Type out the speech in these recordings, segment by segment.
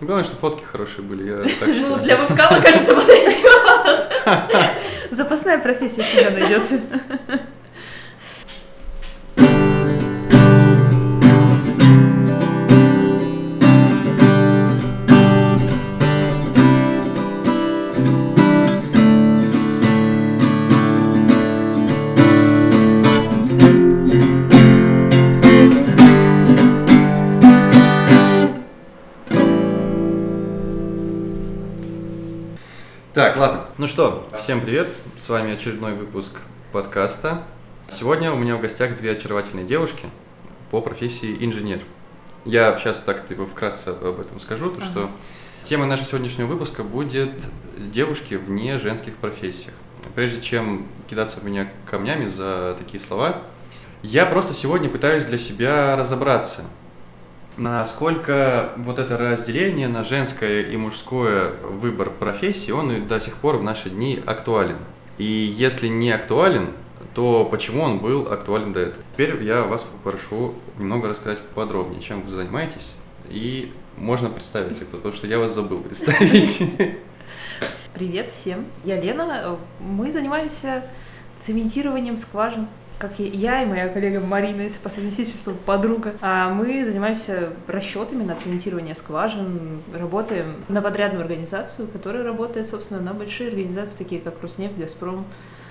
Главное, что фотки хорошие были, я так Ну, считаю. для вебкама, кажется, подойдет. Запасная профессия всегда найдется. Так, ладно. Ну что, всем привет. С вами очередной выпуск подкаста. Сегодня у меня в гостях две очаровательные девушки по профессии инженер. Я сейчас так вкратце об этом скажу, то что тема нашего сегодняшнего выпуска будет девушки в неженских профессиях. Прежде чем кидаться в меня камнями за такие слова, я просто сегодня пытаюсь для себя разобраться, насколько вот это разделение на женское и мужское выбор профессии, он и до сих пор в наши дни актуален. И если не актуален, то почему он был актуален до этого? Теперь я вас попрошу немного рассказать подробнее, чем вы занимаетесь, и можно представиться, потому что я вас забыл представить. Привет всем, я Лена. Мы занимаемся цементированием скважин. Как я и моя коллега Марина, по совместительству подруга, мы занимаемся расчетами на цементирование скважин, работаем на подрядную организацию, которая работает, собственно, на большие организации, такие как Роснефть, Газпром,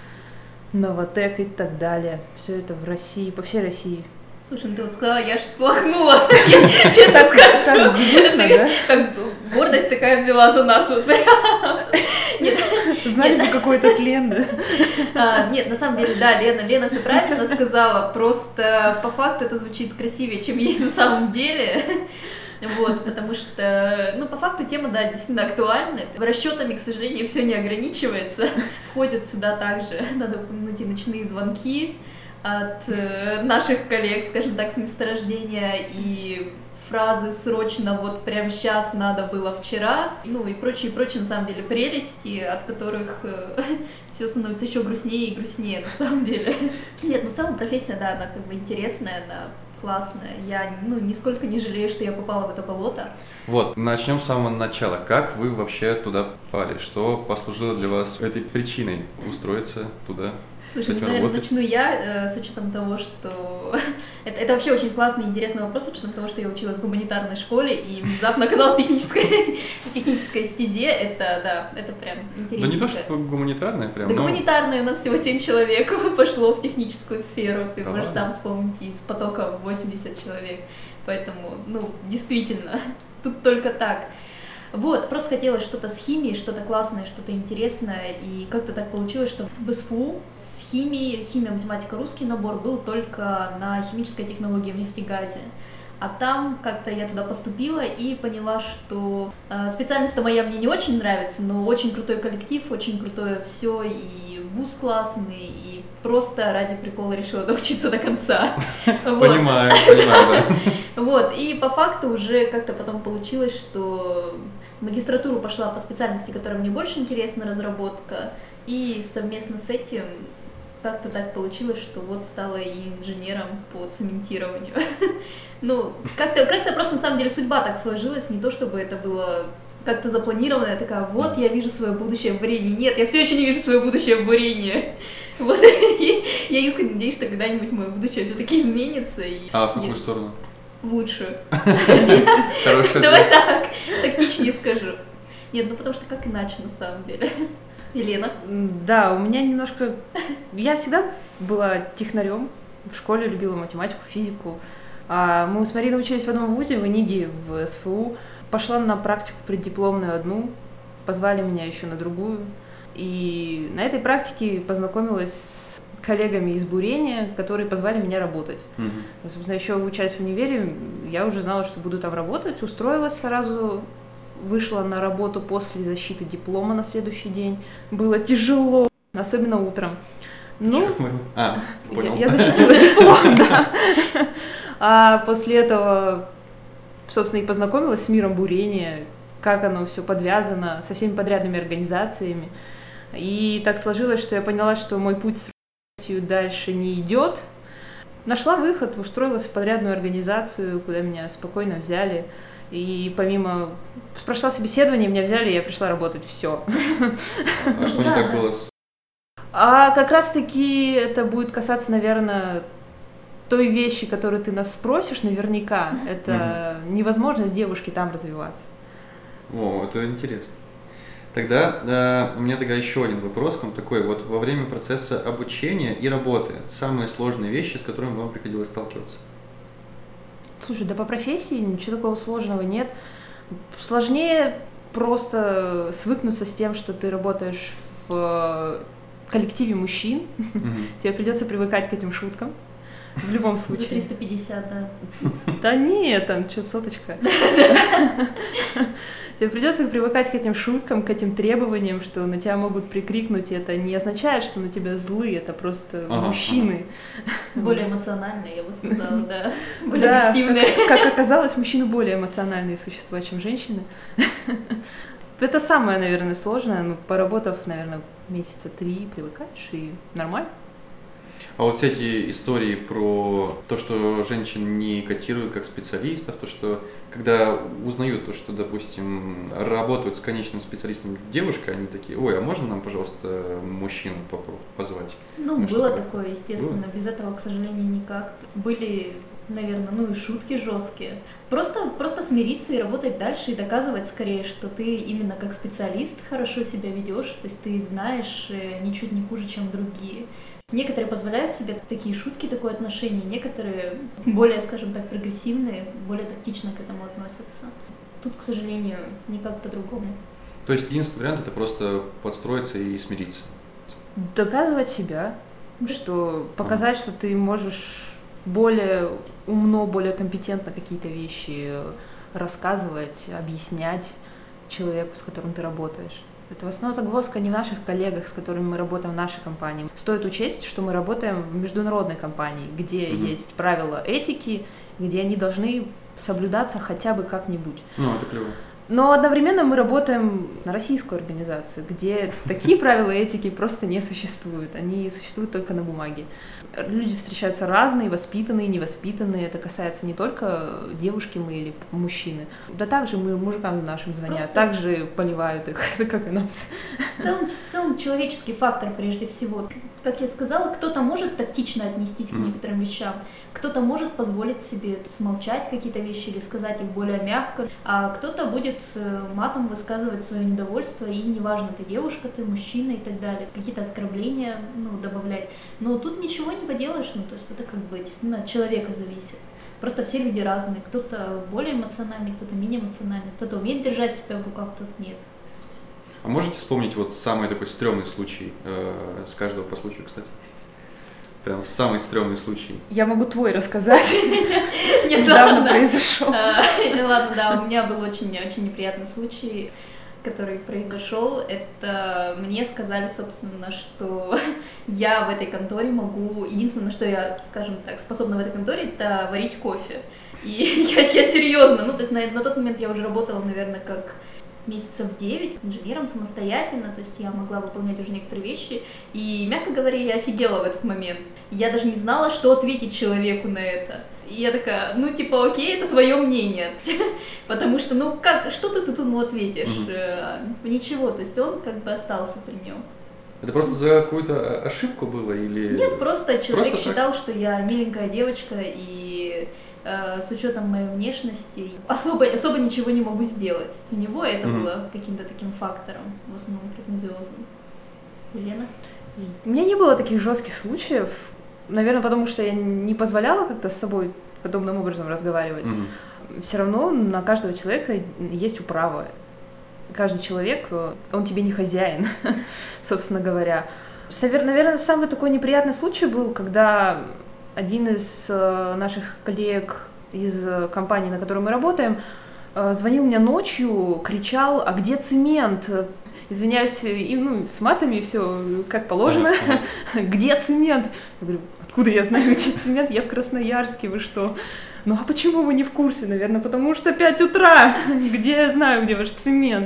Новатэк и так далее. Все это в России, по всей России. Слушай, ну ты вот сказала, я ж сплохнула. Я честно скажу. Так грустно, да? Как гордость такая взяла за нас вот прям. Нет. Знаете, какой-то тлен, да? Нет, на самом деле, да, Лена все правильно сказала, просто по факту это звучит красивее, чем есть на самом деле. Вот, потому что, ну, по факту тема, да, действительно актуальна. Расчетами, к сожалению, все не ограничивается. Входят сюда также, надо упомянуть, и ночные звонки от наших коллег, скажем так, с месторождения, и фразы «срочно, вот прямо сейчас, надо было вчера», ну и прочие, на самом деле, прелести, от которых все становится еще грустнее и грустнее, на самом деле. Нет, ну в целом профессия, да, она как бы интересная, она классная. Я, нисколько не жалею, что я попала в это болото. Вот, начнем с самого начала. Как вы вообще туда попали? Что послужило для вас этой причиной устроиться туда? Слушай, наверное, начну я, с учетом того, что... это вообще очень классный и интересный вопрос, с учетом того, что я училась в гуманитарной школе и внезапно оказалась в технической стезе. Это прям интересно. Да не то, что гуманитарная прям, да, гуманитарная, у нас всего 7 человек пошло в техническую сферу. Ты можешь сам вспомнить, из потока 80 человек. Поэтому, действительно, тут только так. Вот, просто хотелось что-то с химией, что-то классное, что-то интересное, и как-то так получилось, что в СФУ с химией, химия, математика, русский набор был только на химической технологии в нефтегазе. А там как-то я туда поступила и поняла, что специальность-то моя мне не очень нравится, но очень крутой коллектив, очень крутое все, и вуз классный, и просто ради прикола решила доучиться до конца. Понимаю, да. Вот, и по факту уже как-то потом получилось, что в магистратуру пошла по специальности, которая мне больше интересна, разработка, и совместно с этим как-то так получилось, что вот стала и инженером по цементированию. Как-то просто на самом деле судьба так сложилась, не то чтобы это было как-то запланировано, я такая, вот я вижу свое будущее в бурении. Нет, я все еще не вижу свое будущее в бурении. Вот, я искренне надеюсь, что когда-нибудь мое будущее все-таки изменится. А в какую сторону? В лучшую. Хороший ответ. Давай так, тактичнее скажу. Нет, потому что как иначе на самом деле. Елена? Да, у меня немножко... Я всегда была технарем, в школе любила математику, физику. Мы с Мариной учились в одном вузе, в ИНИГе, в СФУ. Пошла на практику преддипломную одну, позвали меня еще на другую. И на этой практике познакомилась с коллегами из бурения, которые позвали меня работать. Собственно, еще учась в универе, я уже знала, что буду там работать, устроилась сразу, вышла на работу после защиты диплома на следующий день. Было тяжело, особенно утром. Я защитила диплом, да. А после этого, собственно, и познакомилась с миром бурения, как оно все подвязано со всеми подрядными организациями. И так сложилось, что я поняла, что мой путь с работой дальше не идет. Нашла выход, устроилась в подрядную организацию, куда меня спокойно взяли. И помимо... Прошла собеседование, меня взяли, и я пришла работать, все. А что не так было с... А как раз-таки это будет касаться, наверное, той вещи, которую ты нас спросишь, наверняка. Это невозможность девушки там развиваться. О, это интересно. Тогда у меня тогда еще один вопрос к вам такой. Вот во время процесса обучения и работы самые сложные вещи, с которыми вам приходилось сталкиваться? Слушай, да по профессии ничего такого сложного нет. Сложнее просто свыкнуться с тем, что ты работаешь в коллективе мужчин. Тебе придется привыкать к этим шуткам. В любом случае. За 350, да. Да нет, там что, соточка. Тебе придется привыкать к этим шуткам, к этим требованиям, что на тебя могут прикрикнуть, и это не означает, что на тебя злые, это просто мужчины. Более эмоциональные, я бы сказала, да. Более агрессивные. Как оказалось, мужчины более эмоциональные существа, чем женщины. Это самое, наверное, сложное. Ну, поработав, наверное, месяца 3, привыкаешь, и нормально. А вот все эти истории про то, что женщин не котируют как специалистов, то, что когда узнают то, что, допустим, работают с конечным специалистом девушка, они такие: ой, а можно нам, пожалуйста, мужчину позвать? Ну, было такое, естественно. Без этого, к сожалению, никак. Были, наверное, и шутки жесткие. Просто смириться и работать дальше, и доказывать скорее, что ты именно как специалист хорошо себя ведешь, то есть ты знаешь ничуть не хуже, чем другие. Некоторые позволяют себе такие шутки, такое отношение, некоторые более, скажем так, прогрессивные, более тактично к этому относятся. Тут, к сожалению, никак по-другому. То есть единственный вариант — это просто подстроиться и смириться? Доказывать себя, что показать, что ты можешь более умно, более компетентно какие-то вещи рассказывать, объяснять человеку, с которым ты работаешь. Это в основном загвоздка не в наших коллегах, с которыми мы работаем в нашей компании. Стоит учесть, что мы работаем в международной компании, где есть правила этики, где они должны соблюдаться хотя бы как-нибудь. Ну, это клево. Но одновременно мы работаем на российскую организацию, где такие правила этики просто не существуют. Они существуют только на бумаге. Люди встречаются разные, воспитанные, невоспитанные. Это касается не только девушки мы или мужчины. Да также мы мужикам нашим звонят, также поливают их, как и нас. В целом человеческий фактор прежде всего. Как я сказала, кто-то может тактично отнестись к некоторым вещам, кто-то может позволить себе смолчать какие-то вещи или сказать их более мягко, а кто-то будет матом высказывать свое недовольство, и неважно, ты девушка, ты мужчина и так далее, какие-то оскорбления добавлять. Но тут ничего не поделаешь, то есть это как бы действительно от человека зависит. Просто все люди разные, кто-то более эмоциональный, кто-то менее эмоциональный, кто-то умеет держать себя в руках, кто-то нет. А можете вспомнить вот самый такой стрёмный случай, с каждого по случаю, кстати? Прям самый стрёмный случай. Я могу твой рассказать. Недавно произошел. Ладно, да, у меня был очень неприятный случай, который произошел. Это мне сказали, собственно, что я в этой конторе могу... Единственное, на что я, скажем так, способна в этой конторе, это варить кофе. И я серьезно, то есть на тот момент я уже работала, наверное, как... месяцев 9 инженером самостоятельно, то есть я могла выполнять уже некоторые вещи, и, мягко говоря, я офигела в этот момент. Я даже не знала, что ответить человеку на это. И я такая, окей, это твое мнение, потому что, что ты тут ему ответишь? Ничего, то есть он как бы остался при нем. Это просто за какую-то ошибку было или... Нет, просто человек считал, что я миленькая девочка, и с учетом моей внешности особо ничего не могу сделать. У него это было каким-то таким фактором, в основном претензиозным. Елена? У меня не было таких жестких случаев, наверное, потому что я не позволяла как-то с собой подобным образом разговаривать. Все равно на каждого человека есть управа. Каждый человек, он тебе не хозяин, собственно говоря. Наверное, самый такой неприятный случай был, когда один из наших коллег из компании, на которой мы работаем, звонил мне ночью, кричал: а где цемент? Извиняюсь, с матами все как положено. Где цемент? Я говорю: откуда я знаю, где цемент? Я в Красноярске, вы что? Ну а почему вы не в курсе? Наверное, потому что 5 утра. Где я знаю, где ваш цемент?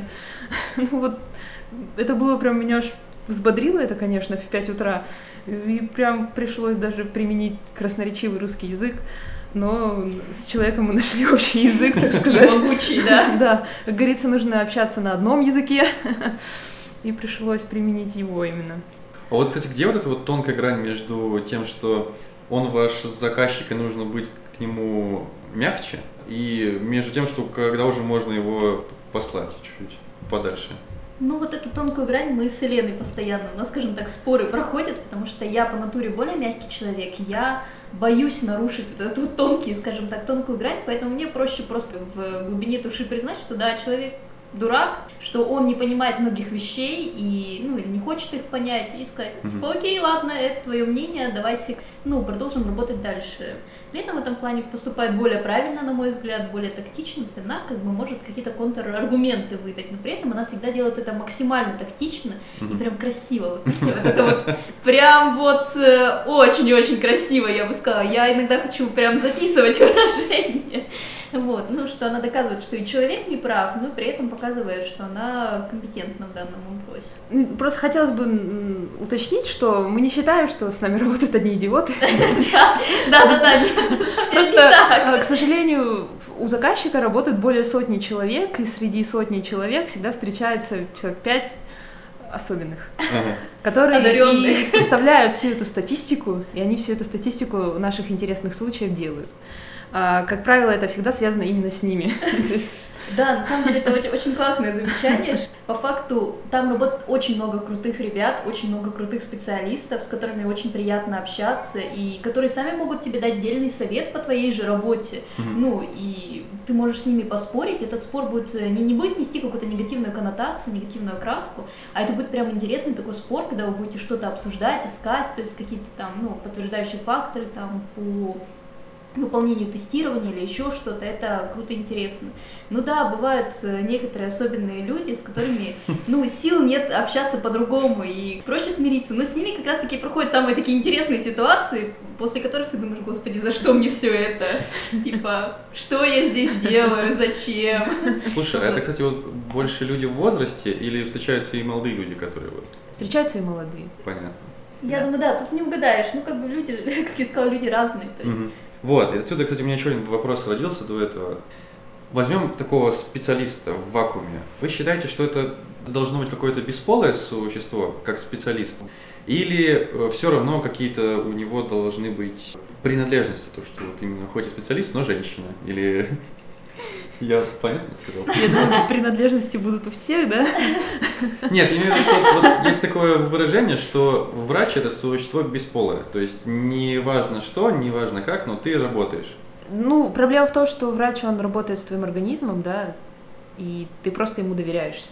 Это было прям, меня аж взбодрило это, конечно, в 5 утра. И прям пришлось даже применить красноречивый русский язык. но с человеком мы нашли общий язык, так сказать. Могучий, да. Да, как говорится, нужно общаться на одном языке, и пришлось применить его именно. А вот, кстати, где вот эта вот тонкая грань между тем, что он ваш заказчик и нужно быть к нему мягче, и между тем, что когда уже можно его послать чуть-чуть подальше? Ну, вот эту тонкую грань мы с Еленой постоянно, у нас, скажем так, споры проходят, потому что я по натуре более мягкий человек, я боюсь нарушить вот эту скажем так, тонкую грань, поэтому мне проще просто в глубине души признать, что да, человек дурак, что он не понимает многих вещей и, ну, или не хочет их понять, и сказать, типа, окей, ладно, это твое мнение, давайте, ну, продолжим работать дальше. Лена в этом плане поступает более правильно, на мой взгляд, более тактично, она как бы может какие-то контраргументы выдать, но при этом она всегда делает это максимально тактично и прям красиво. Вот, вот это вот прям вот очень-очень красиво, я бы сказала. Я иногда хочу прям записывать выражения. Вот, ну, что она доказывает, что и человек не прав, но при этом показывает, что она компетентна в данном вопросе. Просто хотелось бы уточнить, что мы не считаем, что с нами работают одни идиоты. Да, просто, к сожалению, у заказчика работают более сотни человек, и среди сотни человек всегда встречается человек 5 особенных, которые и составляют всю эту статистику, и они всю эту статистику наших интересных случаев делают. Как правило, это всегда связано именно с ними. Да, на самом деле это очень классное замечание. По факту там работает очень много крутых ребят, очень много крутых специалистов, с которыми очень приятно общаться, и которые сами могут тебе дать дельный совет по твоей же работе. Ну, и ты можешь с ними поспорить, этот спор будет не будет нести какую-то негативную коннотацию, негативную окраску, а это будет прям интересный такой спор, когда вы будете что-то обсуждать, искать, то есть какие-то там, ну, подтверждающие факторы там по выполнению тестирования или еще что-то, это круто и интересно. Ну да, бывают некоторые особенные люди, с которыми, ну, сил нет общаться по-другому, и проще смириться, но с ними как раз-таки проходят самые такие интересные ситуации, после которых ты думаешь, господи, за что мне все это? Типа, что я здесь делаю, зачем? Слушай, а это, кстати, вот больше люди в возрасте или встречаются и молодые люди, которые вот? Встречаются и молодые. Понятно. Я думаю, да, тут не угадаешь, ну, как бы люди, как я сказала, люди разные, то есть. Вот, и отсюда, кстати, у меня еще один вопрос родился до этого. Возьмем такого специалиста в вакууме. Вы считаете, что это должно быть какое-то бесполое существо, как специалист? Или все равно какие-то у него должны быть принадлежности, то, что вот именно хоть и специалист, но женщина? Или я понятно сказал? Я думаю, принадлежности будут у всех, да? Нет, я имею в виду, что вот есть такое выражение, что врач – это существо бесполое. То есть не важно что, не важно как, но ты работаешь. Ну, проблема в том, что врач, он работает с твоим организмом, да, и ты просто ему доверяешься.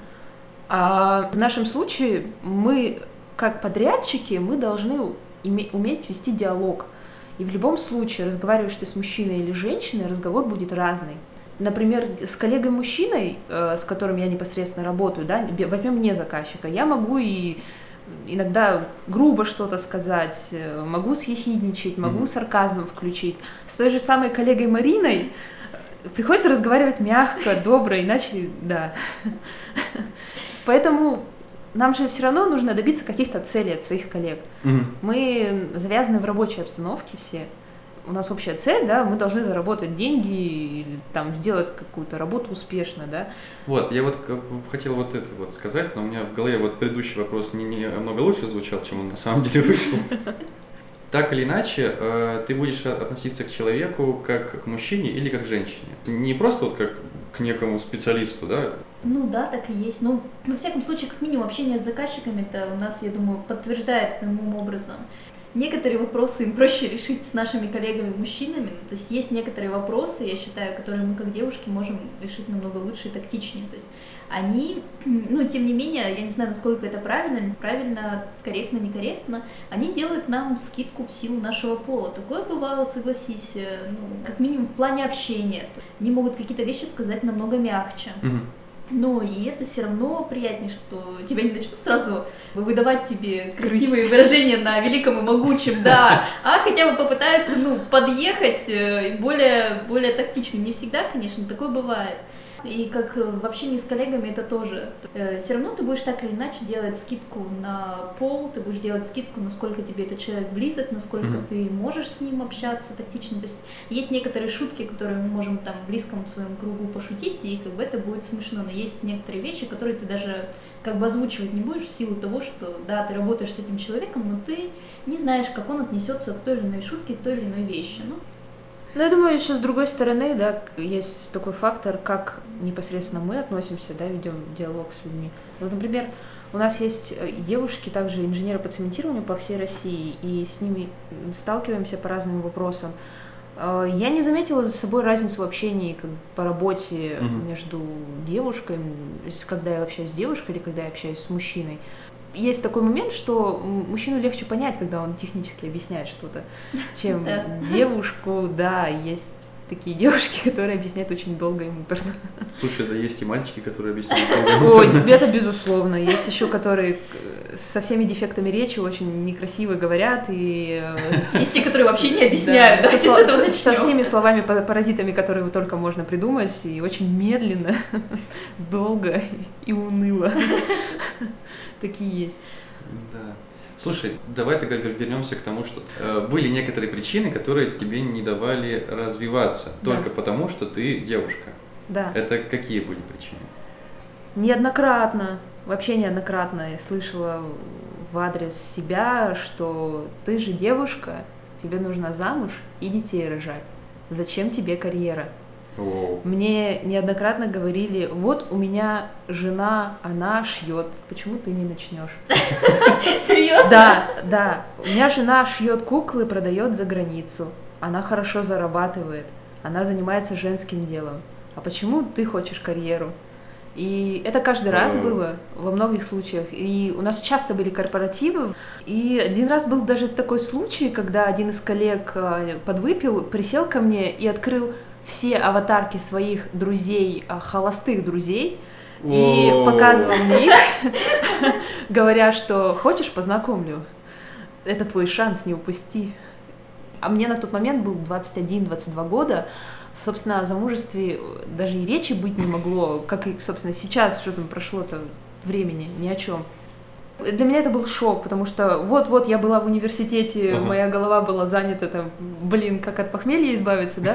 А в нашем случае мы, как подрядчики, мы должны уметь вести диалог. И в любом случае, разговариваешь ты с мужчиной или женщиной, разговор будет разный. Например, с коллегой-мужчиной, с которым я непосредственно работаю, да, возьмем не заказчика, я могу и иногда грубо что-то сказать, могу съехидничать, могу сарказмом включить. С той же самой коллегой Мариной приходится разговаривать мягко, добро, иначе, да. Поэтому нам же все равно нужно добиться каких-то целей от своих коллег. Мы завязаны в рабочей обстановке все. У нас общая цель, да, мы должны заработать деньги или там сделать какую-то работу успешно, да. Вот, я вот хотел вот это вот сказать, но у меня в голове вот предыдущий вопрос не намного лучше звучал, чем он на самом деле вышел. Так или иначе, ты будешь относиться к человеку как к мужчине или как к женщине. Не просто вот как к некому специалисту, да? Ну да, так и есть. Ну, во всяком случае, как минимум, общение с заказчиками это у нас, я думаю, подтверждает прямым образом. Некоторые вопросы им проще решить с нашими коллегами-мужчинами. Ну, то есть есть некоторые вопросы, я считаю, которые мы как девушки можем решить намного лучше и тактичнее. То есть они, ну, тем не менее, я не знаю, насколько это правильно, корректно, некорректно, они делают нам скидку в силу нашего пола. Такое бывало, согласись, ну, как минимум в плане общения. Они могут какие-то вещи сказать намного мягче. Но и это все равно приятнее, что тебя не начнут сразу выдавать тебе красивые выражения на великом и могучем, да, а хотя бы попытаются, ну, подъехать более тактично. Не всегда, конечно, такое бывает. И как в общении с коллегами это тоже. Все равно ты будешь так или иначе делать скидку на пол, ты будешь делать скидку, насколько тебе этот человек близок, насколько ты можешь с ним общаться тактично. То есть есть некоторые шутки, которые мы можем там в близком своем кругу пошутить, и как бы это будет смешно. Но есть некоторые вещи, которые ты даже как бы озвучивать не будешь в силу того, что да, ты работаешь с этим человеком, но ты не знаешь, как он отнесется к той или иной шутке, к той или иной вещи. Ну, я думаю, еще с другой стороны, да, есть такой фактор, как непосредственно мы относимся, да, ведем диалог с людьми. Вот, например, у нас есть девушки, также инженеры по цементированию по всей России, и с ними сталкиваемся по разным вопросам. Я не заметила за собой разницу в общении как по работе между девушкой, когда я общаюсь с девушкой или когда я общаюсь с мужчиной. Есть такой момент, что мужчину легче понять, когда он технически объясняет что-то, чем девушку. Да, есть такие девушки, которые объясняют очень долго и муторно. Слушай, да есть и мальчики, которые объясняют долго и муторно. Ой, это безусловно. Есть еще, которые со всеми дефектами речи очень некрасиво говорят. И есть те, которые вообще не объясняют. Со всеми словами-паразитами, которые только можно придумать, и очень медленно, долго и уныло. Такие есть. Да. Слушай, давай тогда вернемся к тому, что были некоторые причины, которые тебе не давали развиваться, только потому, что ты девушка. Да. Это какие были причины? Вообще неоднократно я слышала в адрес себя, что ты же девушка, тебе нужно замуж и детей рожать. Зачем тебе карьера? Мне неоднократно говорили, вот у меня жена, она шьет, почему ты не начнешь? Серьезно? Да. У меня жена шьет куклы, продает за границу. Она хорошо зарабатывает, она занимается женским делом. А почему ты хочешь карьеру? И это каждый раз было во многих случаях. И у нас часто были корпоративы. И один раз был даже такой случай, когда один из коллег подвыпил, присел ко мне и открыл все аватарки своих друзей, холостых друзей, и показывал мне их, говоря, что хочешь, познакомлю, это твой шанс, не упусти. А мне на тот момент был 21-22 года, собственно, о замужестве даже и речи быть не могло, как и, собственно, сейчас, что там прошло-то времени, ни о чем. Для меня это был шок, потому что вот-вот я была в университете, моя голова была занята там, как от похмелья избавиться, да,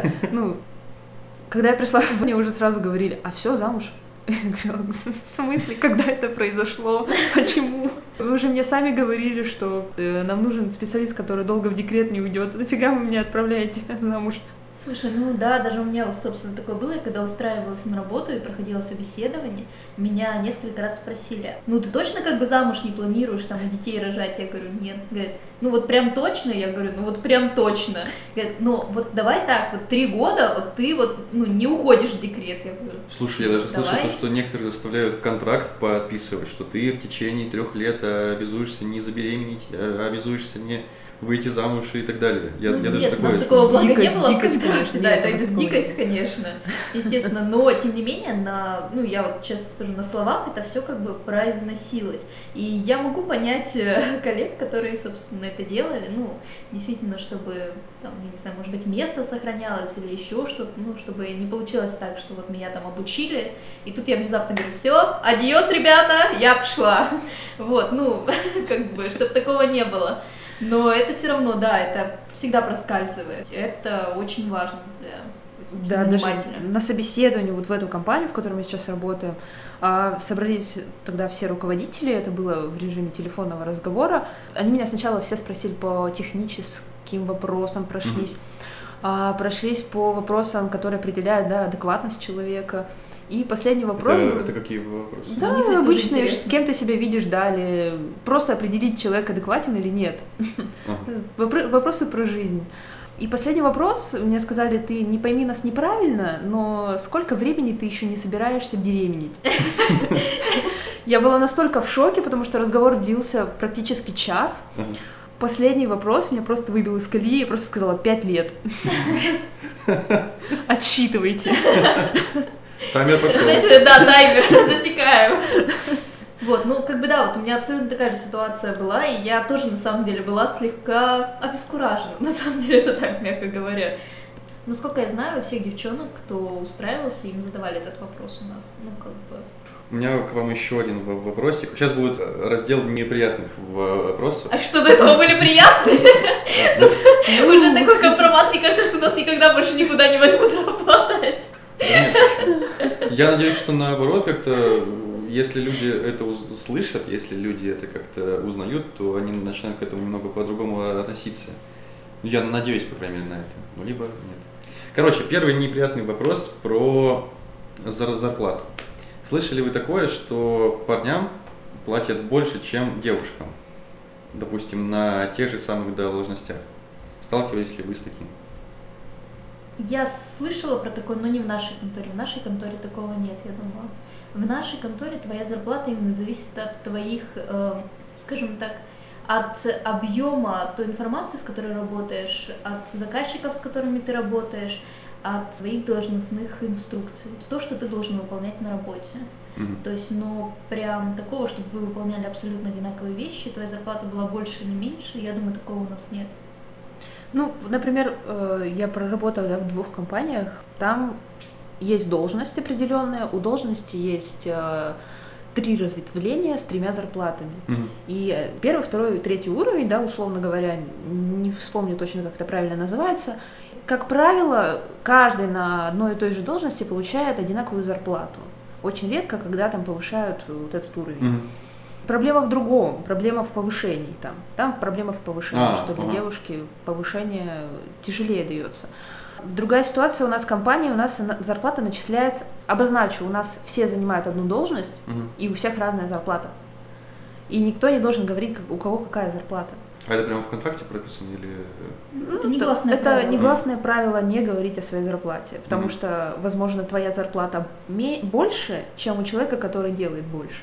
когда я пришла, мне уже сразу говорили, а все, замуж? Я говорила, в смысле, когда это произошло? Почему? Вы уже мне сами говорили, что нам нужен специалист, который долго в декрет не уйдет. Нафига вы меня отправляете замуж? Слушай, даже у меня вот, собственно, такое было, я когда устраивалась на работу и проходила собеседование, меня несколько раз спросили, ты точно как бы замуж не планируешь, там, и детей рожать? Я говорю, нет. Говорят, вот прям точно? Я говорю, вот прям точно. Говорят, вот давай так, вот 3 года, вот ты не уходишь в декрет. Я говорю, слушай, я даже слышал то, что некоторые заставляют контракт подписывать, что ты в течение 3 лет обязуешься не забеременеть, обязуешься не выйти замуж и так далее. Я даже нет, такое... у нас такого блага не было в дикость, контракте, да, это дикость, конечно, естественно, но тем не менее, я вот честно скажу, на словах это все как бы произносилось, и я могу понять коллег, которые, собственно, это делали, действительно, чтобы, там, я не знаю, может быть, место сохранялось или еще что-то, чтобы не получилось так, что вот меня там обучили, и тут я внезапно говорю, все, адьос, ребята, я пошла, вот, как бы, чтобы такого не было. Но это все равно, да, это всегда проскальзывает. Это очень важно для нанимателя. Даже на собеседовании вот в эту компанию, в которой мы сейчас работаем, собрались тогда все руководители, это было в режиме телефонного разговора. Они меня сначала все спросили по техническим вопросам, прошлись по вопросам, которые определяют, да, адекватность человека. И последний вопрос... Это какие вопросы? Да, обычные, кем ты себя видишь, или просто определить, человек адекватен или нет. Вопросы про жизнь. И последний вопрос, мне сказали, ты не пойми нас неправильно, но сколько времени ты еще не собираешься беременеть? Я была настолько в шоке, потому что разговор длился практически час. Последний вопрос меня просто выбил из колеи, я просто сказала 5 лет. Отсчитывайте. Таймер пошел. Значит, да, таймер, засекаем. Вот, у меня абсолютно такая же ситуация была, и я тоже, на самом деле, была слегка обескуражена, на самом деле, это так, мягко говоря. Насколько я знаю, у всех девчонок, кто устраивался, им задавали этот вопрос у нас. Ну, как бы... У меня к вам еще один вопросик. Сейчас будет раздел неприятных вопросов. А что, до этого были приятные? Тут уже такой компромат, мне кажется, что нас никогда больше никуда не возьмут работать. Нет, я надеюсь, что наоборот, как-то, если люди это слышат, если люди это как-то узнают, то они начинают к этому немного по-другому относиться. Я надеюсь, по крайней мере, на это. Ну, либо нет. Короче, первый неприятный вопрос про зарплату. Слышали вы такое, что парням платят больше, чем девушкам? Допустим, на тех же самых должностях. Сталкивались ли вы с таким? Я слышала про такое, но не в нашей конторе. В нашей конторе такого нет, я думаю. В нашей конторе твоя зарплата именно зависит от твоих, скажем так, от объема той информации, с которой работаешь, от заказчиков, с которыми ты работаешь, от твоих должностных инструкций. То, что ты должен выполнять на работе. То есть, ну, прям такого, чтобы вы выполняли абсолютно одинаковые вещи, твоя зарплата была больше или меньше, я думаю, такого у нас нет. Ну, например, я проработала в 2 компаниях, там есть должность определенная, у должности есть 3 разветвления с 3 зарплатами. И 1, 2, 3 уровень, да, условно говоря, не вспомню точно, как это правильно называется. Как правило, каждый на одной и той же должности получает одинаковую зарплату. Очень редко, когда там повышают вот этот уровень. Проблема в другом, проблема в повышении там. Там проблема в повышении, что для девушки повышение тяжелее дается. Другая ситуация, у нас в компании, у нас зарплата начисляется, обозначу, у нас все занимают одну должность, и у всех разная зарплата. И никто не должен говорить, у кого какая зарплата. А это прямо в контракте прописано или... Это негласное правило. Это негласное правило не говорить о своей зарплате, потому что, возможно, твоя зарплата больше, чем у человека, который делает больше.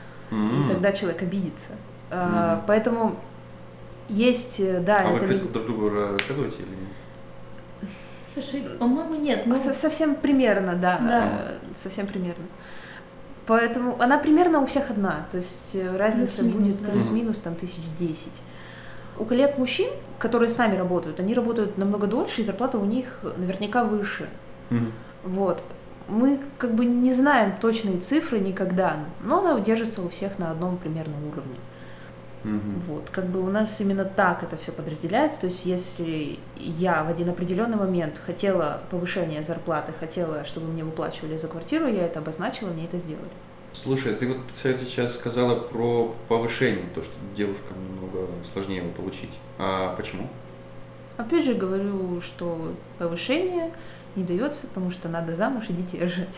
И тогда человек обидится. Поэтому есть, да... А это вы, кстати, друг другу рассказываете или нет? Слушай, по-моему, нет. Ну... Совсем примерно, да. Совсем примерно. Поэтому она примерно у всех одна, то есть разница будет плюс-минус там 1010. У коллег мужчин, которые с нами работают, они работают намного дольше, и зарплата у них наверняка выше. Вот. Мы как бы не знаем точные цифры никогда, но она держится у всех на одном примерном уровне. Вот, как бы у нас именно так это все подразделяется, то есть если я в один определенный момент хотела повышения зарплаты, хотела, чтобы мне выплачивали за квартиру, я это обозначила, мне это сделали. Слушай, ты вот сейчас сказала про повышение, то, что девушкам немного сложнее его получить. А почему? Опять же говорю, что повышение не дается, потому что надо замуж и детей рожать.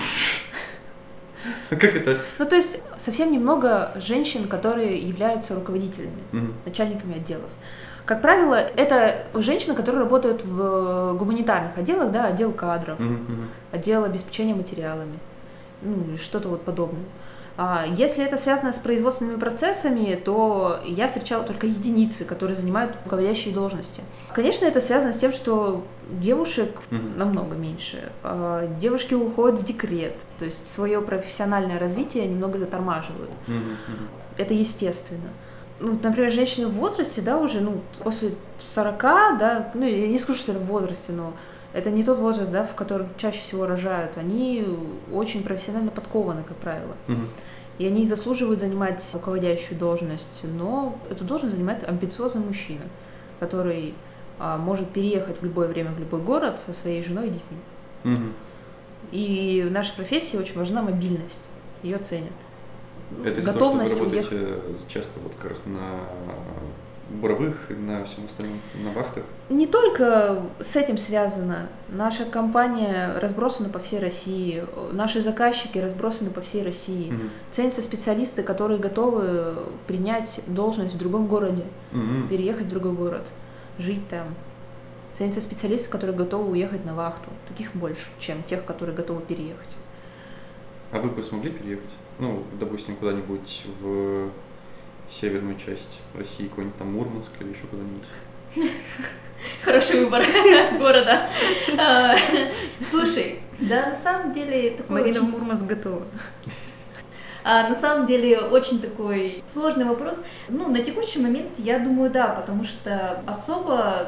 Как это? Ну, то есть совсем немного женщин, которые являются руководителями, начальниками отделов. Как правило, это женщины, которые работают в гуманитарных отделах, да, отдел кадров, отдел обеспечения материалами, ну, что-то вот подобное. Если это связано с производственными процессами, то я встречала только единицы, которые занимают руководящие должности. Конечно, это связано с тем, что девушек намного меньше. Девушки уходят в декрет, то есть свое профессиональное развитие немного затормаживают. Это естественно. Ну, например, женщины в возрасте, да, уже, ну, после 40, да, ну, я не скажу, что это в возрасте, но это не тот возраст, да, в котором чаще всего рожают. Они очень профессионально подкованы, как правило. И они заслуживают занимать руководящую должность, но эту должность занимает амбициозный мужчина, который может переехать в любое время в любой город со своей женой и детьми. И в нашей профессии очень важна мобильность, ее ценят. Это из-за того, что вы работаете часто вот как раз на буровых и на всем остальном, на вахтах? Не только с этим связано. Наша компания разбросана по всей России, наши заказчики разбросаны по всей России. Ценятся специалисты, которые готовы принять должность в другом городе, переехать в другой город, жить там. Ценятся специалисты, которые готовы уехать на вахту. Таких больше, чем тех, которые готовы переехать. А вы бы смогли переехать? Ну, допустим, куда-нибудь в северную часть России, какой-нибудь там Мурманск или еще куда-нибудь? Хороший выбор города. Слушай, да, на самом деле такой Марина в Мурманск готова. На самом деле очень такой сложный вопрос. Ну, на текущий момент я думаю, да, потому что особо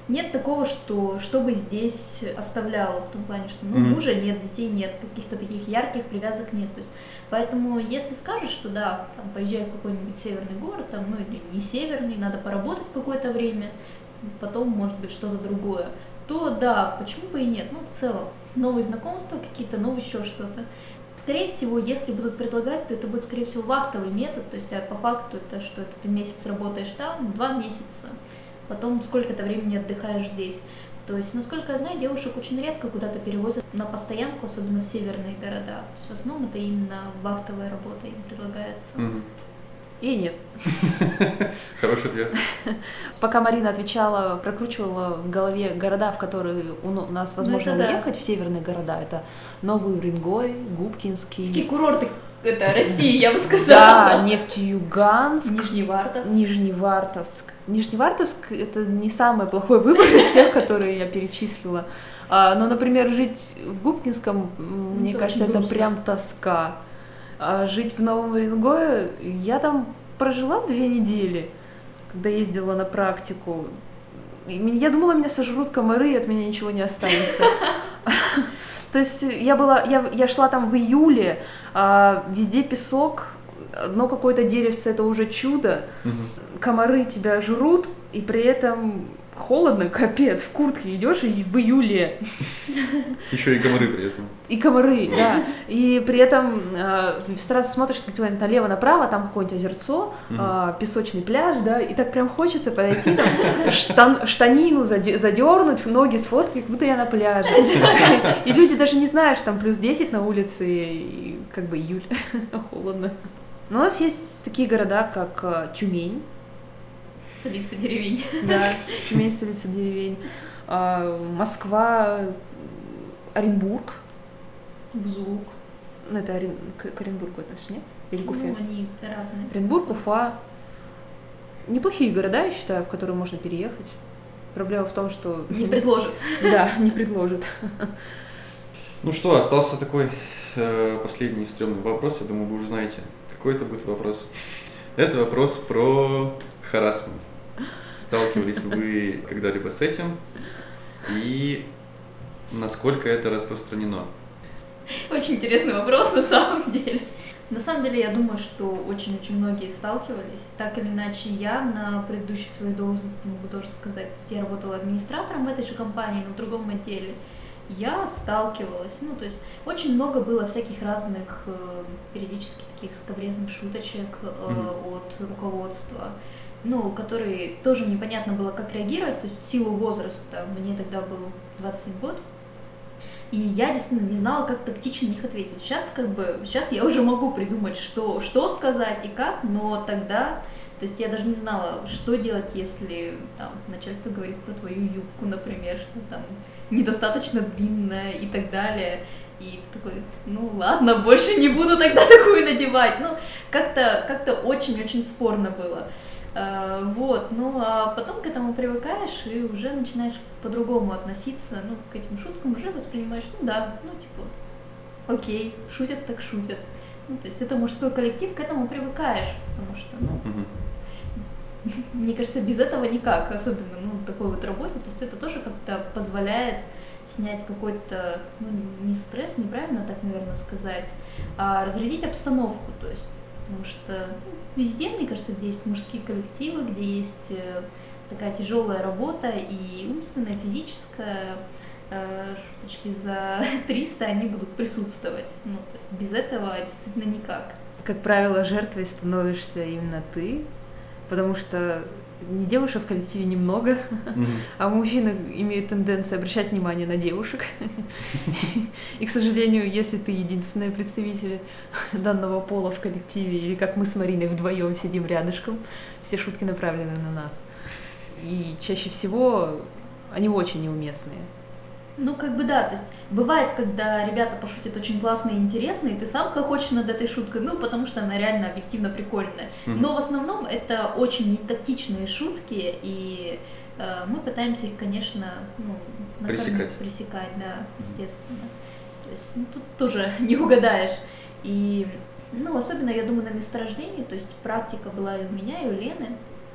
нет такого, что бы здесь оставляло, в том плане, что мужа нет, детей нет, каких-то таких ярких привязок нет. То есть, поэтому если скажешь, что да, там, поезжай в какой-нибудь северный город, там, ну или не северный, надо поработать какое-то время, потом может быть что-то другое, то да, почему бы и нет? Ну, в целом, новые знакомства какие-то, новые еще что-то. Скорее всего, если будут предлагать, то это будет, скорее всего, вахтовый метод, то есть по факту это что это ты месяц работаешь там, 2 месяца, потом сколько-то времени отдыхаешь здесь. То есть, насколько я знаю, девушек очень редко куда-то перевозят на постоянку, особенно в северные города. То есть в основном это именно вахтовая работа им предлагается. И нет. Хороший ответ. Пока Марина отвечала, прокручивала в голове города, в которые у нас возможно уехать, в северные города. Это Новый Уренгой, Губкинский. Такие курорты это России, я бы сказала. Да, Нефтеюганск. Нижневартовск. Нижневартовск — это не самый плохой выбор из всех, которые я перечислила. Но, например, жить в Губкинском, мне кажется, это прям тоска. А жить в Новом Уренгое, я там прожила 2 недели, когда ездила на практику. Я думала, меня сожрут комары, и от меня ничего не останется. То есть я шла там в июле, везде песок, одно какое-то деревце — это уже чудо. Комары тебя жрут, и при этом холодно, капец, в куртке идешь и в июле. Еще и комары при этом. И комары, да. И при этом сразу смотришь где-нибудь налево-направо, там какое-нибудь озерцо, песочный пляж, да, и так прям хочется подойти, там, штанину задернуть, ноги сфоткать, как будто я на пляже. И люди даже не знают, что там плюс 10 на улице, и как бы июль, холодно. Но у нас есть такие города, как Тюмень. Столица деревень. Да, Тюмень — столица деревень. Москва, Оренбург. Бузулук. Ну, это к Оренбургу относится, нет? Или к Уфе? Ну, они разные. Оренбург, Уфа. Неплохие города, я считаю, в которые можно переехать. Проблема в том, что... Не предложат. Да, не предложат. Ну что, остался такой последний стрёмный вопрос. Я думаю, вы уже знаете, какой это будет вопрос. Это вопрос про харассмент. Сталкивались вы когда-либо с этим? И насколько это распространено? Очень интересный вопрос на самом деле. На самом деле, я думаю, что очень-очень многие сталкивались. Так или иначе, я на предыдущей своей должности, могу тоже сказать, я работала администратором в этой же компании, но в другом отделе. Я сталкивалась, ну, то есть очень много было всяких разных периодически таких скабрезных шуточек от руководства, ну, которые тоже непонятно было, как реагировать, то есть в силу возраста, мне тогда был 21 год, и я действительно не знала, как тактично на них ответить. Сейчас я уже могу придумать, что сказать и как, но тогда, то есть я даже не знала, что делать, если там начальство говорит про твою юбку, например, что там недостаточно длинная и так далее. И ты такой, ну ладно, больше не буду тогда такую надевать. Ну, как-то очень-очень спорно было. Вот, ну а потом к этому привыкаешь и уже начинаешь по-другому относиться, ну, к этим шуткам уже воспринимаешь, ну да, ну типа, окей, шутят так шутят. Ну, то есть это мужской коллектив, к этому привыкаешь, потому что, ну, мне кажется, без этого никак, особенно, ну, в такой вот работе, то есть это тоже как-то позволяет снять какой-то, ну, не стресс, неправильно так, наверное, сказать, а разрядить обстановку, то есть, потому что везде, мне кажется, где есть мужские коллективы, где есть такая тяжелая работа и умственная, и физическая, шуточки за 300, они будут присутствовать, ну, то есть без этого действительно никак. Как правило, жертвой становишься именно ты, потому что не девушек в коллективе немного, а мужчины имеют тенденцию обращать внимание на девушек. И, к сожалению, если ты единственный представитель данного пола в коллективе, или как мы с Мариной вдвоем сидим рядышком, все шутки направлены на нас. И чаще всего они очень неуместные. Ну, как бы да, то есть бывает, когда ребята пошутят очень классно и интересно, и ты сам хохочешь над этой шуткой, ну, потому что она реально объективно прикольная. Но в основном это очень нетактичные шутки, и мы пытаемся их, конечно, ну, пресекать, да, естественно. То есть, ну, тут тоже не угадаешь. И, ну, особенно, я думаю, на месторождении, то есть практика была и у меня, и у Лены.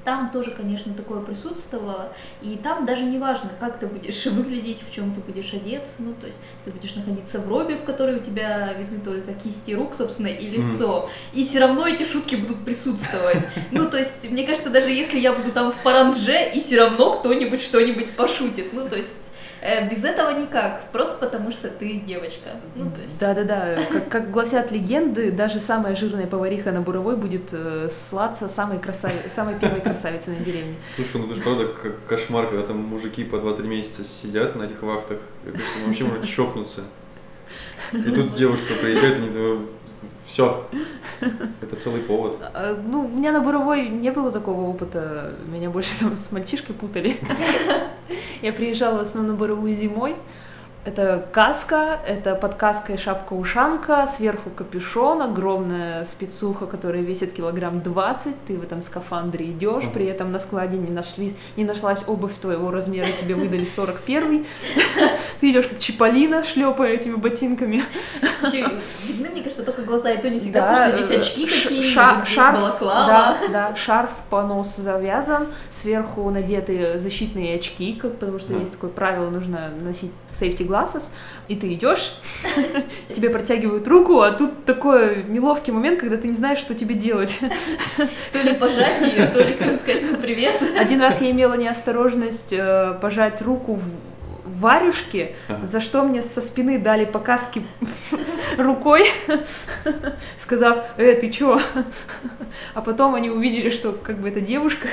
Там тоже, конечно, такое присутствовало, и там даже не важно, как ты будешь выглядеть, в чем ты будешь одеться, ну, то есть ты будешь находиться в робе, в которой у тебя видны только кисти рук, собственно, и лицо, и все равно эти шутки будут присутствовать. Ну, то есть, мне кажется, даже если я буду там в парандже, и все равно кто-нибудь что-нибудь пошутит, ну, то есть без этого никак, просто потому что ты девочка. Ну, то есть... Да-да-да, как гласят легенды, даже самая жирная повариха на Буровой будет ссылаться самой первой красавицей на деревне. Слушай, ну это же правда кошмар, когда там мужики по 2-3 месяца сидят на этих вахтах, это вообще может чокнуться. И тут девушка приезжает, и они все, это целый повод. Ну, у меня на Буровой не было такого опыта, меня больше там с мальчишкой путали. Я приезжала в основном на Боровую зимой. Это каска, это под каской шапка-ушанка, сверху капюшон, огромная спецуха, которая весит килограмм 20, ты в этом скафандре идешь, при этом на складе не нашлась обувь твоего размера, тебе выдали 41-й, ты идешь как Чиполлино, шлепая этими ботинками. Видны, мне кажется, только глаза, и то не всегда, потому что здесь очки какие-нибудь, здесь балаклава. Да, шарф по носу завязан, сверху надеты защитные очки, потому что есть такое правило, нужно носить safety glasses, и ты идешь, тебе протягивают руку, а тут такой неловкий момент, когда ты не знаешь, что тебе делать. То ли пожать ее, то ли, как сказать, ну, привет. Один раз я имела неосторожность пожать руку в варюшке, за что мне со спины дали по каске рукой, сказав: ты чё? А потом они увидели, что как бы это девушка,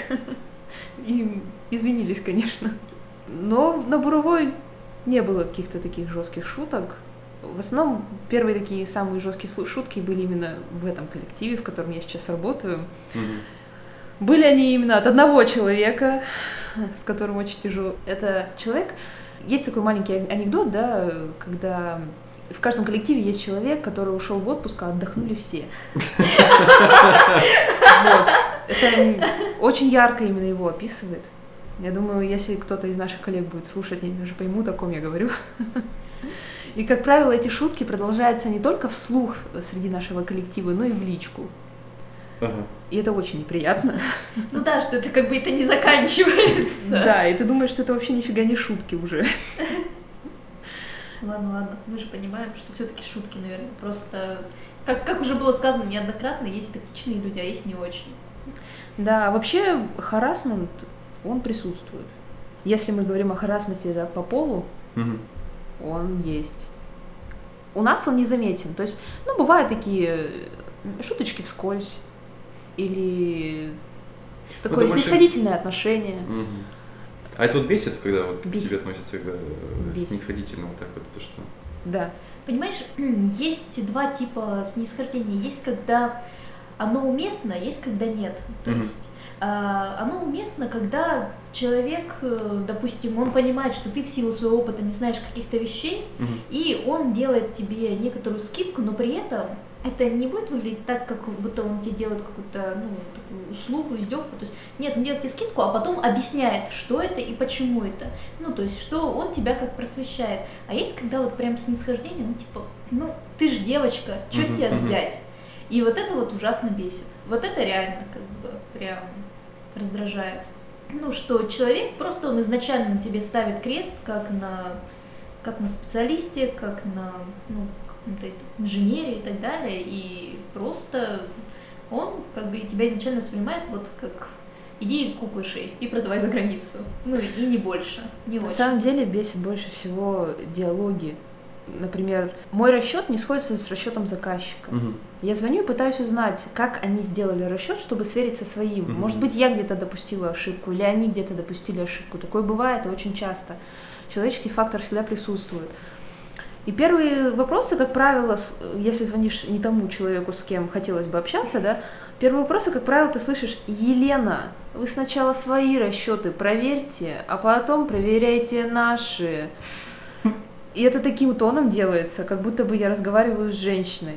и извинились, конечно. Но на Буровой не было каких-то таких жестких шуток. В основном первые такие самые жесткие шутки были именно в этом коллективе, в котором я сейчас работаю. Были они именно от одного человека, с которым очень тяжело. Это человек... Есть такой маленький анекдот, да, когда в каждом коллективе есть человек, который ушел в отпуск, а отдохнули все. Это очень ярко именно его описывает. Я думаю, если кто-то из наших коллег будет слушать, они уже поймут, о ком я говорю. И, как правило, эти шутки продолжаются не только вслух среди нашего коллектива, но и в личку. И это очень неприятно. Ну да, что это как бы это не заканчивается. Да, и ты думаешь, что это вообще нифига не шутки уже. Ладно, мы же понимаем, что все-таки шутки, наверное, просто... Как уже было сказано неоднократно, есть тактичные люди, а есть не очень. Да, вообще харассмент, он присутствует. Если мы говорим о харассменте по полу, он есть. У нас он незаметен. То есть, ну, бывают такие шуточки вскользь или такое снисходительное отношение. А это вот бесит, когда вот к тебе относятся снисходительно вот так вот, то что? Да. Понимаешь, есть два типа снисхождения. Есть, когда оно уместно, есть, когда нет. То есть оно уместно, когда человек, допустим, он понимает, что ты в силу своего опыта не знаешь каких-то вещей, и он делает тебе некоторую скидку, но при этом это не будет выглядеть так, как будто он тебе делает какую-то, ну, такую услугу, издевку. То есть, нет, он делает тебе скидку, а потом объясняет, что это и почему это. Ну, то есть, что он тебя как просвещает. А есть, когда вот прям снисхождение, ну, типа, ну, ты ж девочка, что с тебя взять? И вот это вот ужасно бесит. Вот это реально, как бы, прям раздражает. Ну, что человек просто, он изначально на тебе ставит крест, как на специалисте, как на, ну, каком-то инженере и так далее, и просто он как бы тебя изначально воспринимает вот как иди куклы шей и продавай за границу. Ну и не больше, не очень. На самом деле бесит больше всего диалоги. Например, мой расчет не сходится с расчетом заказчика. Я звоню и пытаюсь узнать, как они сделали расчет, чтобы сверить со своим. Может быть, я где-то допустила ошибку, или они где-то допустили ошибку. Такое бывает и очень часто. Человеческий фактор всегда присутствует. И первые вопросы, как правило, если звонишь не тому человеку, с кем хотелось бы общаться, да, первые вопросы, как правило, ты слышишь: Елена, вы сначала свои расчеты проверьте, а потом проверяйте наши. И это таким тоном делается, как будто бы я разговариваю с женщиной,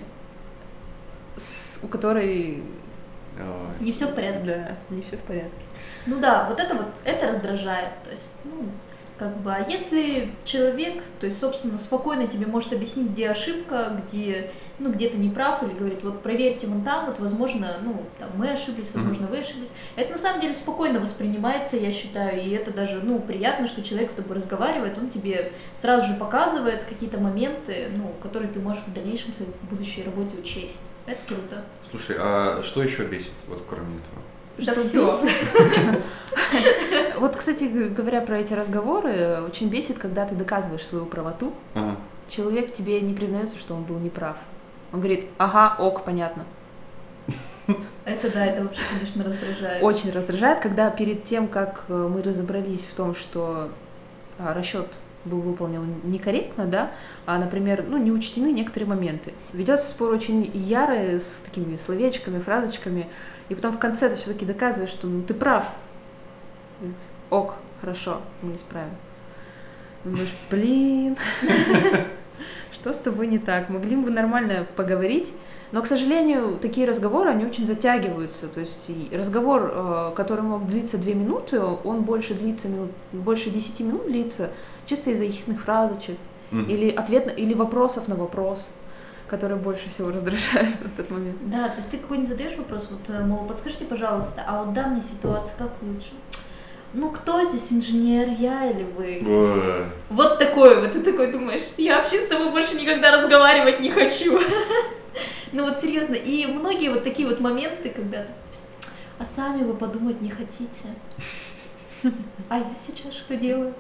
у которой... Не все в порядке. Да, не все в порядке. Ну да, вот это раздражает. То есть, ну, Как бы, а если человек, то есть, собственно, спокойно тебе может объяснить, где ошибка, где, ну, где ты не прав, или говорит, вот проверьте вон там, вот, возможно, ну, там, мы ошиблись, возможно, вы ошиблись. Это на самом деле спокойно воспринимается, я считаю, и это даже, ну, приятно, что человек с тобой разговаривает, он тебе сразу же показывает какие-то моменты, ну, которые ты можешь в дальнейшем в своей будущей работе учесть. Это круто. Слушай, а что еще бесит, вот кроме этого? Да Что всё. бесит? Вот, кстати, говоря про эти разговоры, очень бесит, когда ты доказываешь свою правоту. Ага. Человек тебе не признается, что он был неправ. Он говорит, ага, ок, понятно. Это да, это вообще, конечно, раздражает. Очень раздражает, когда перед тем, как мы разобрались в том, что расчет был выполнен некорректно, да, а, например, ну, не учтены некоторые моменты. Ведется спор очень ярый, с такими словечками, фразочками, и потом в конце ты все-таки доказываешь, что ну, ты прав. Ок, хорошо, мы исправим. Думаешь, блин, что с тобой не так? Могли бы нормально поговорить, но, к сожалению, такие разговоры, они очень затягиваются. То есть разговор, который мог длиться 2 минуты, он больше длится больше 10 минут длится, чисто из-за ехидных фразочек, или ответ, или вопросов на вопрос, которые больше всего раздражают в этот момент. Да, то есть ты какой-нибудь задаешь вопрос, вот, мол, подскажите, пожалуйста, а вот в данной ситуации как лучше? Ну, кто здесь инженер, я или вы? Вот такой вот, ты такой думаешь, я вообще с тобой больше никогда разговаривать не хочу. Ну вот серьезно, и многие вот такие вот моменты, когда, а сами вы подумать не хотите? А я сейчас что делаю?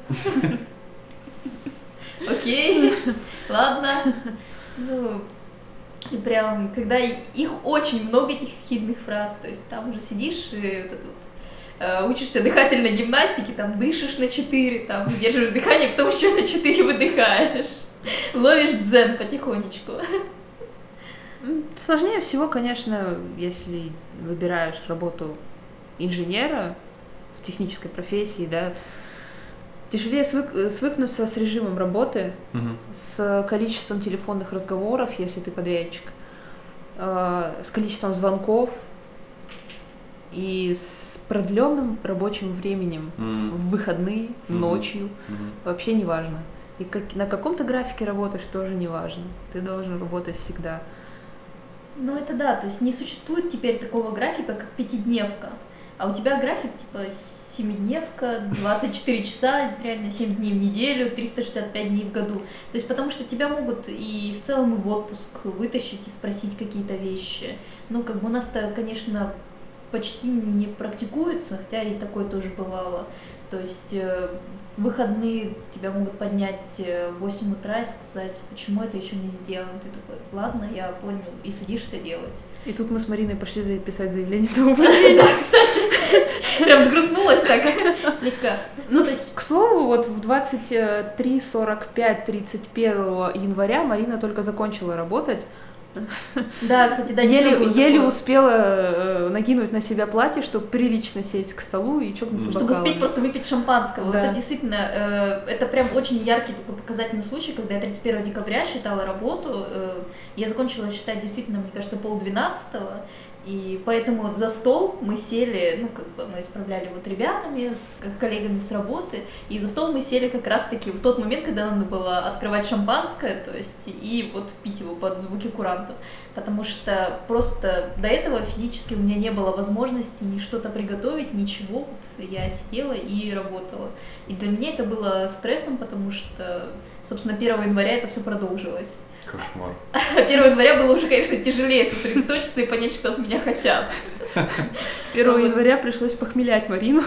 Окей, ладно. Ну, и прям, когда их очень много, этих хидных фраз, то есть там уже сидишь и вот это вот, учишься дыхательной гимнастике, там дышишь на 4, там держишь дыхание, потом еще на 4 выдыхаешь. Ловишь дзен потихонечку. Сложнее всего, конечно, если выбираешь работу инженера в технической профессии, да, тяжелее свыкнуться с режимом работы, с количеством телефонных разговоров, если ты подрядчик, с количеством звонков и с продленным рабочим временем в выходные, ночью, вообще не важно. И на каком-то графике работаешь, тоже не важно. Ты должен работать всегда. Ну это да, то есть не существует теперь такого графика, как 5-дневка, а у тебя график типа 7-дневка, 24 часа, реально 7 дней в неделю, 365 дней в году. То есть потому что тебя могут и в целом и в отпуск вытащить и спросить какие-то вещи. Ну как бы у нас-то, конечно, почти не практикуется, хотя и такое тоже бывало. То есть в выходные тебя могут поднять в 8 утра и сказать, почему это еще не сделано. Ты такой, ладно, я понял, и садишься делать. И тут мы с Мариной пошли писать заявление на увольнение. Да, кстати, прям взгрустнулась так слегка. Ну, к слову, вот в 23:45 31 января Марина только закончила работать. Да, кстати, да, еле успела накинуть на себя платье, чтобы прилично сесть к столу и чокнуться бокалом. Чтобы успеть просто выпить шампанского. Да. Это действительно, это прям очень яркий такой показательный случай, когда я 31 декабря считала работу, я закончила считать действительно, мне кажется, 11:30, и поэтому за стол мы сели, ну, как бы мы исправляли вот ребятами, с коллегами с работы, и за стол мы сели как раз-таки в тот момент, когда надо было открывать шампанское, то есть, и вот пить его под звуки курантов, потому что просто до этого физически у меня не было возможности ни что-то приготовить, ничего, вот я сидела и работала. И для меня это было стрессом, потому что, собственно, 1 января это все продолжилось. Кошмар. 1 января было уже, конечно, тяжелее сосредоточиться и понять, что от меня хотят. 1 января пришлось похмелять Марину,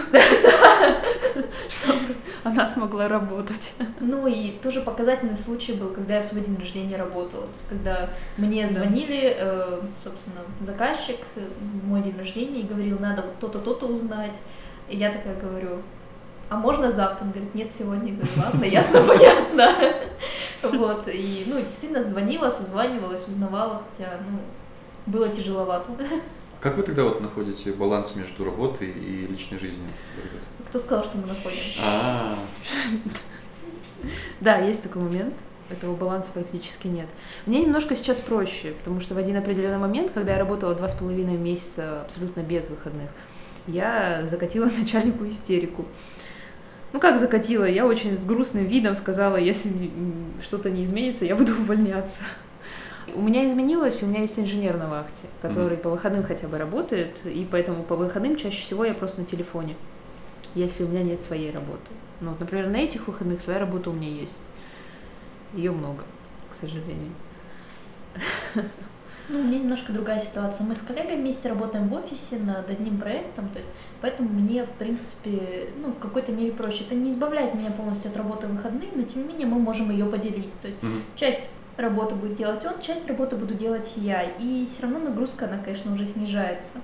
чтобы она смогла работать. Ну и тоже показательный случай был, когда я в свой день рождения работала. То есть, когда мне звонили, собственно, заказчик в мой день рождения и говорил, надо вот то-то, то-то узнать. И я такая говорю, а можно завтра? Он говорит, нет, сегодня. Я говорю, ладно, ясно, понятно. Вот, и, ну, действительно звонила, созванивалась, узнавала, хотя, ну, было тяжеловато. Как вы тогда вот находите баланс между работой и личной жизнью? Кто сказал, что мы находим? Да, есть такой момент. Этого баланса практически нет. Мне немножко сейчас проще, потому что в один определенный момент, когда я работала 2,5 месяца абсолютно без выходных, я закатила начальнику истерику. Ну как закатила? Я очень с грустным видом сказала, если что-то не изменится, я буду увольняться. У меня изменилось, у меня есть инженер на вахте, который по выходным хотя бы работает, и поэтому по выходным чаще всего я просто на телефоне, если у меня нет своей работы. Ну, вот, например, на этих выходных своя работа у меня есть. Ее много, к сожалению. Ну, у меня немножко другая ситуация. Мы с коллегой вместе работаем в офисе над одним проектом, то есть, поэтому мне, в принципе, ну, в какой-то мере проще. Это не избавляет меня полностью от работы в выходные, но, тем не менее, мы можем ее поделить. То есть, часть работы будет делать он, часть работы буду делать я. И все равно нагрузка, она, конечно, уже снижается.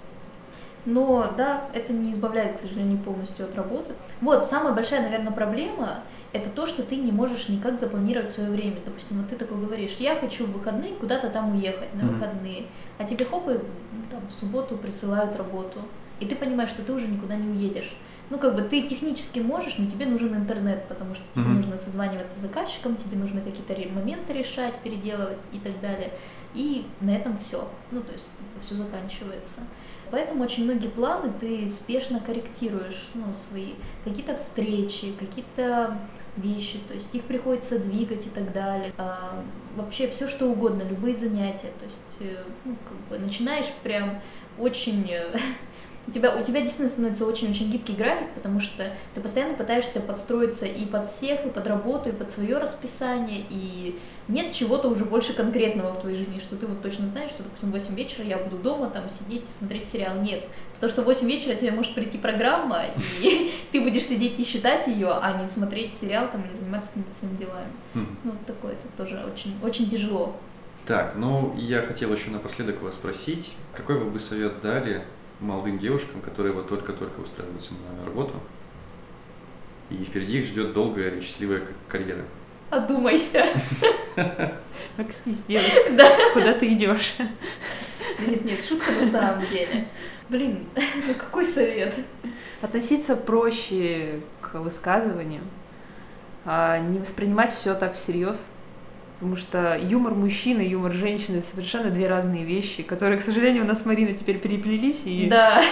Но, да, это не избавляет, к сожалению, полностью от работы. Вот, самая большая, наверное, проблема — это то, что ты не можешь никак запланировать свое время. Допустим, вот ты такой говоришь, я хочу в выходные куда-то там уехать на выходные, а тебе хоп, и там, в субботу присылают работу. И ты понимаешь, что ты уже никуда не уедешь. Ну, как бы ты технически можешь, но тебе нужен интернет, потому что тебе нужно созваниваться с заказчиком, тебе нужно какие-то моменты решать, переделывать и так далее. И на этом все. Ну, то есть все заканчивается. Поэтому очень многие планы ты спешно корректируешь, ну, свои какие-то встречи, какие-то вещи, то есть их приходится двигать и так далее. Вообще все что угодно, любые занятия, то есть, ну, как бы начинаешь прям очень... У тебя действительно становится очень-очень гибкий график, потому что ты постоянно пытаешься подстроиться и под всех, и под работу, и под свое расписание, и нет чего-то уже больше конкретного в твоей жизни, что ты вот точно знаешь, что, допустим, в 8 вечера я буду дома там сидеть и смотреть сериал. Нет, потому что в 8 вечера тебе может прийти программа, и ты будешь сидеть и считать ее, а не смотреть сериал там или заниматься какими-то своими делами. Ну, такое это тоже очень, очень тяжело. Так, ну, я хотел еще напоследок вас спросить, какой бы вы совет дали молодым девушкам, которые вот только-только устраиваются на работу, и впереди их ждет долгая и счастливая карьера? Одумайся. Окстись, девочка, да. Куда ты идешь? Нет, шутка на самом деле. Блин, ну какой совет? Относиться проще к высказываниям, не воспринимать все так всерьез. Потому что юмор мужчины и юмор женщины — совершенно две разные вещи, которые, к сожалению, у нас с Мариной теперь переплелись. И, да.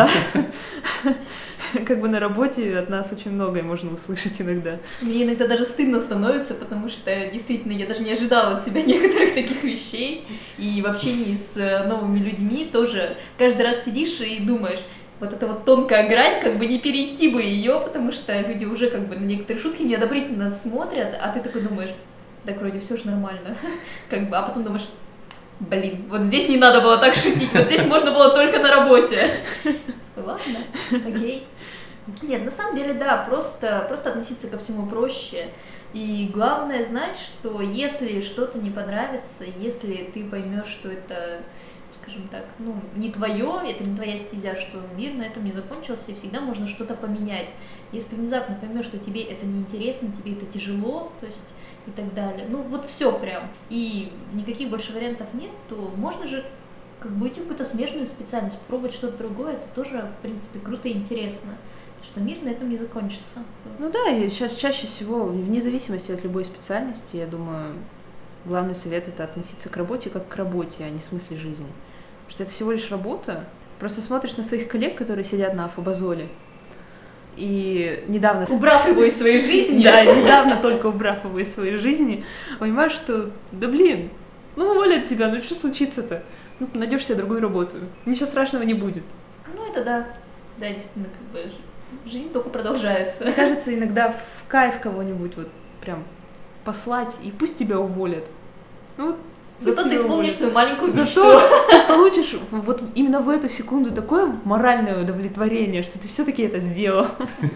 Как бы на работе от нас очень многое можно услышать иногда. Мне иногда даже стыдно становится, потому что действительно я даже не ожидала от себя некоторых таких вещей. И в общении с новыми людьми тоже каждый раз сидишь и думаешь, вот эта вот тонкая грань, как бы не перейти бы ее, потому что люди уже как бы на некоторые шутки неодобрительно смотрят, а ты такой думаешь, так вроде все же нормально, как бы, а потом думаешь, блин, вот здесь не надо было так шутить, вот здесь можно было только на работе. Ладно, окей. Нет, на самом деле, да, просто относиться ко всему проще. И главное знать, что если что-то не понравится, если ты поймешь, что это, скажем так, ну, не твое, это не твоя стезя, что мир на этом не закончился, и всегда можно что-то поменять. Если ты внезапно поймешь, что тебе это неинтересно, тебе это тяжело, то есть и так далее. Ну, вот все прям. И никаких больше вариантов нет, то можно же как бы идти в какую-то смежную специальность, попробовать что-то другое, это тоже, в принципе, круто и интересно. Что мир на этом не закончится. Ну да, и сейчас чаще всего, вне зависимости от любой специальности, я думаю, главный совет — это относиться к работе как к работе, а не в смысле жизни. Потому что это всего лишь работа. Просто смотришь на своих коллег, которые сидят на Афобазоле, и недавно... Убрав его из своей жизни. Да, недавно только убрав его из своей жизни, понимаешь, что, да блин, ну уволят тебя, ну что случится-то? Ну, найдешь себе другую работу, ничего страшного не будет. Ну это да, да, действительно, как бы жизнь только продолжается. Мне кажется, иногда в кайф кого-нибудь вот прям послать, и пусть тебя уволят. Ну, зато ты исполнишь свою маленькую мечту. Зато ты получишь вот именно в эту секунду такое моральное удовлетворение, что ты все-таки это сделал.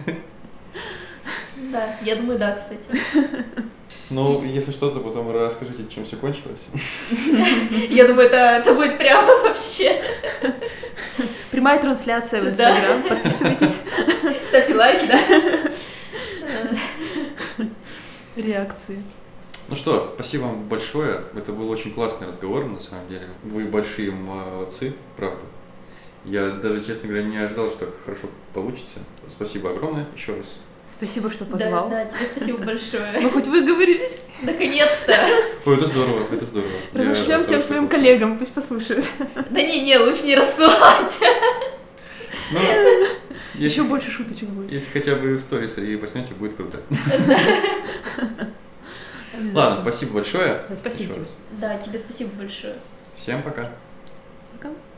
Да, я думаю, да, кстати. Ну, если что, то потом расскажите, чем все кончилось. Я думаю, это будет прям вообще. Прямая трансляция в Инстаграм, подписывайтесь. Ставьте лайки, да. Реакции. Ну что, спасибо вам большое. Это был очень классный разговор, на самом деле. Вы большие молодцы, правда. Я даже, честно говоря, не ожидал, что так хорошо получится. Спасибо огромное еще раз. Спасибо, что позвал. Да, тебе спасибо большое. Мы хоть выговорились. Наконец-то. Ой, это здорово, это здорово. Разошлем всем своим коллегам, пусть послушают. Да не, лучше не рассылать. Ну, Еще больше шуточек будет. Если хотя бы в сторис и посмотрите, будет круто. Обязательно. Ладно, спасибо большое. Да, спасибо Еще тебе. раз. Да, тебе спасибо большое. Всем пока. Пока.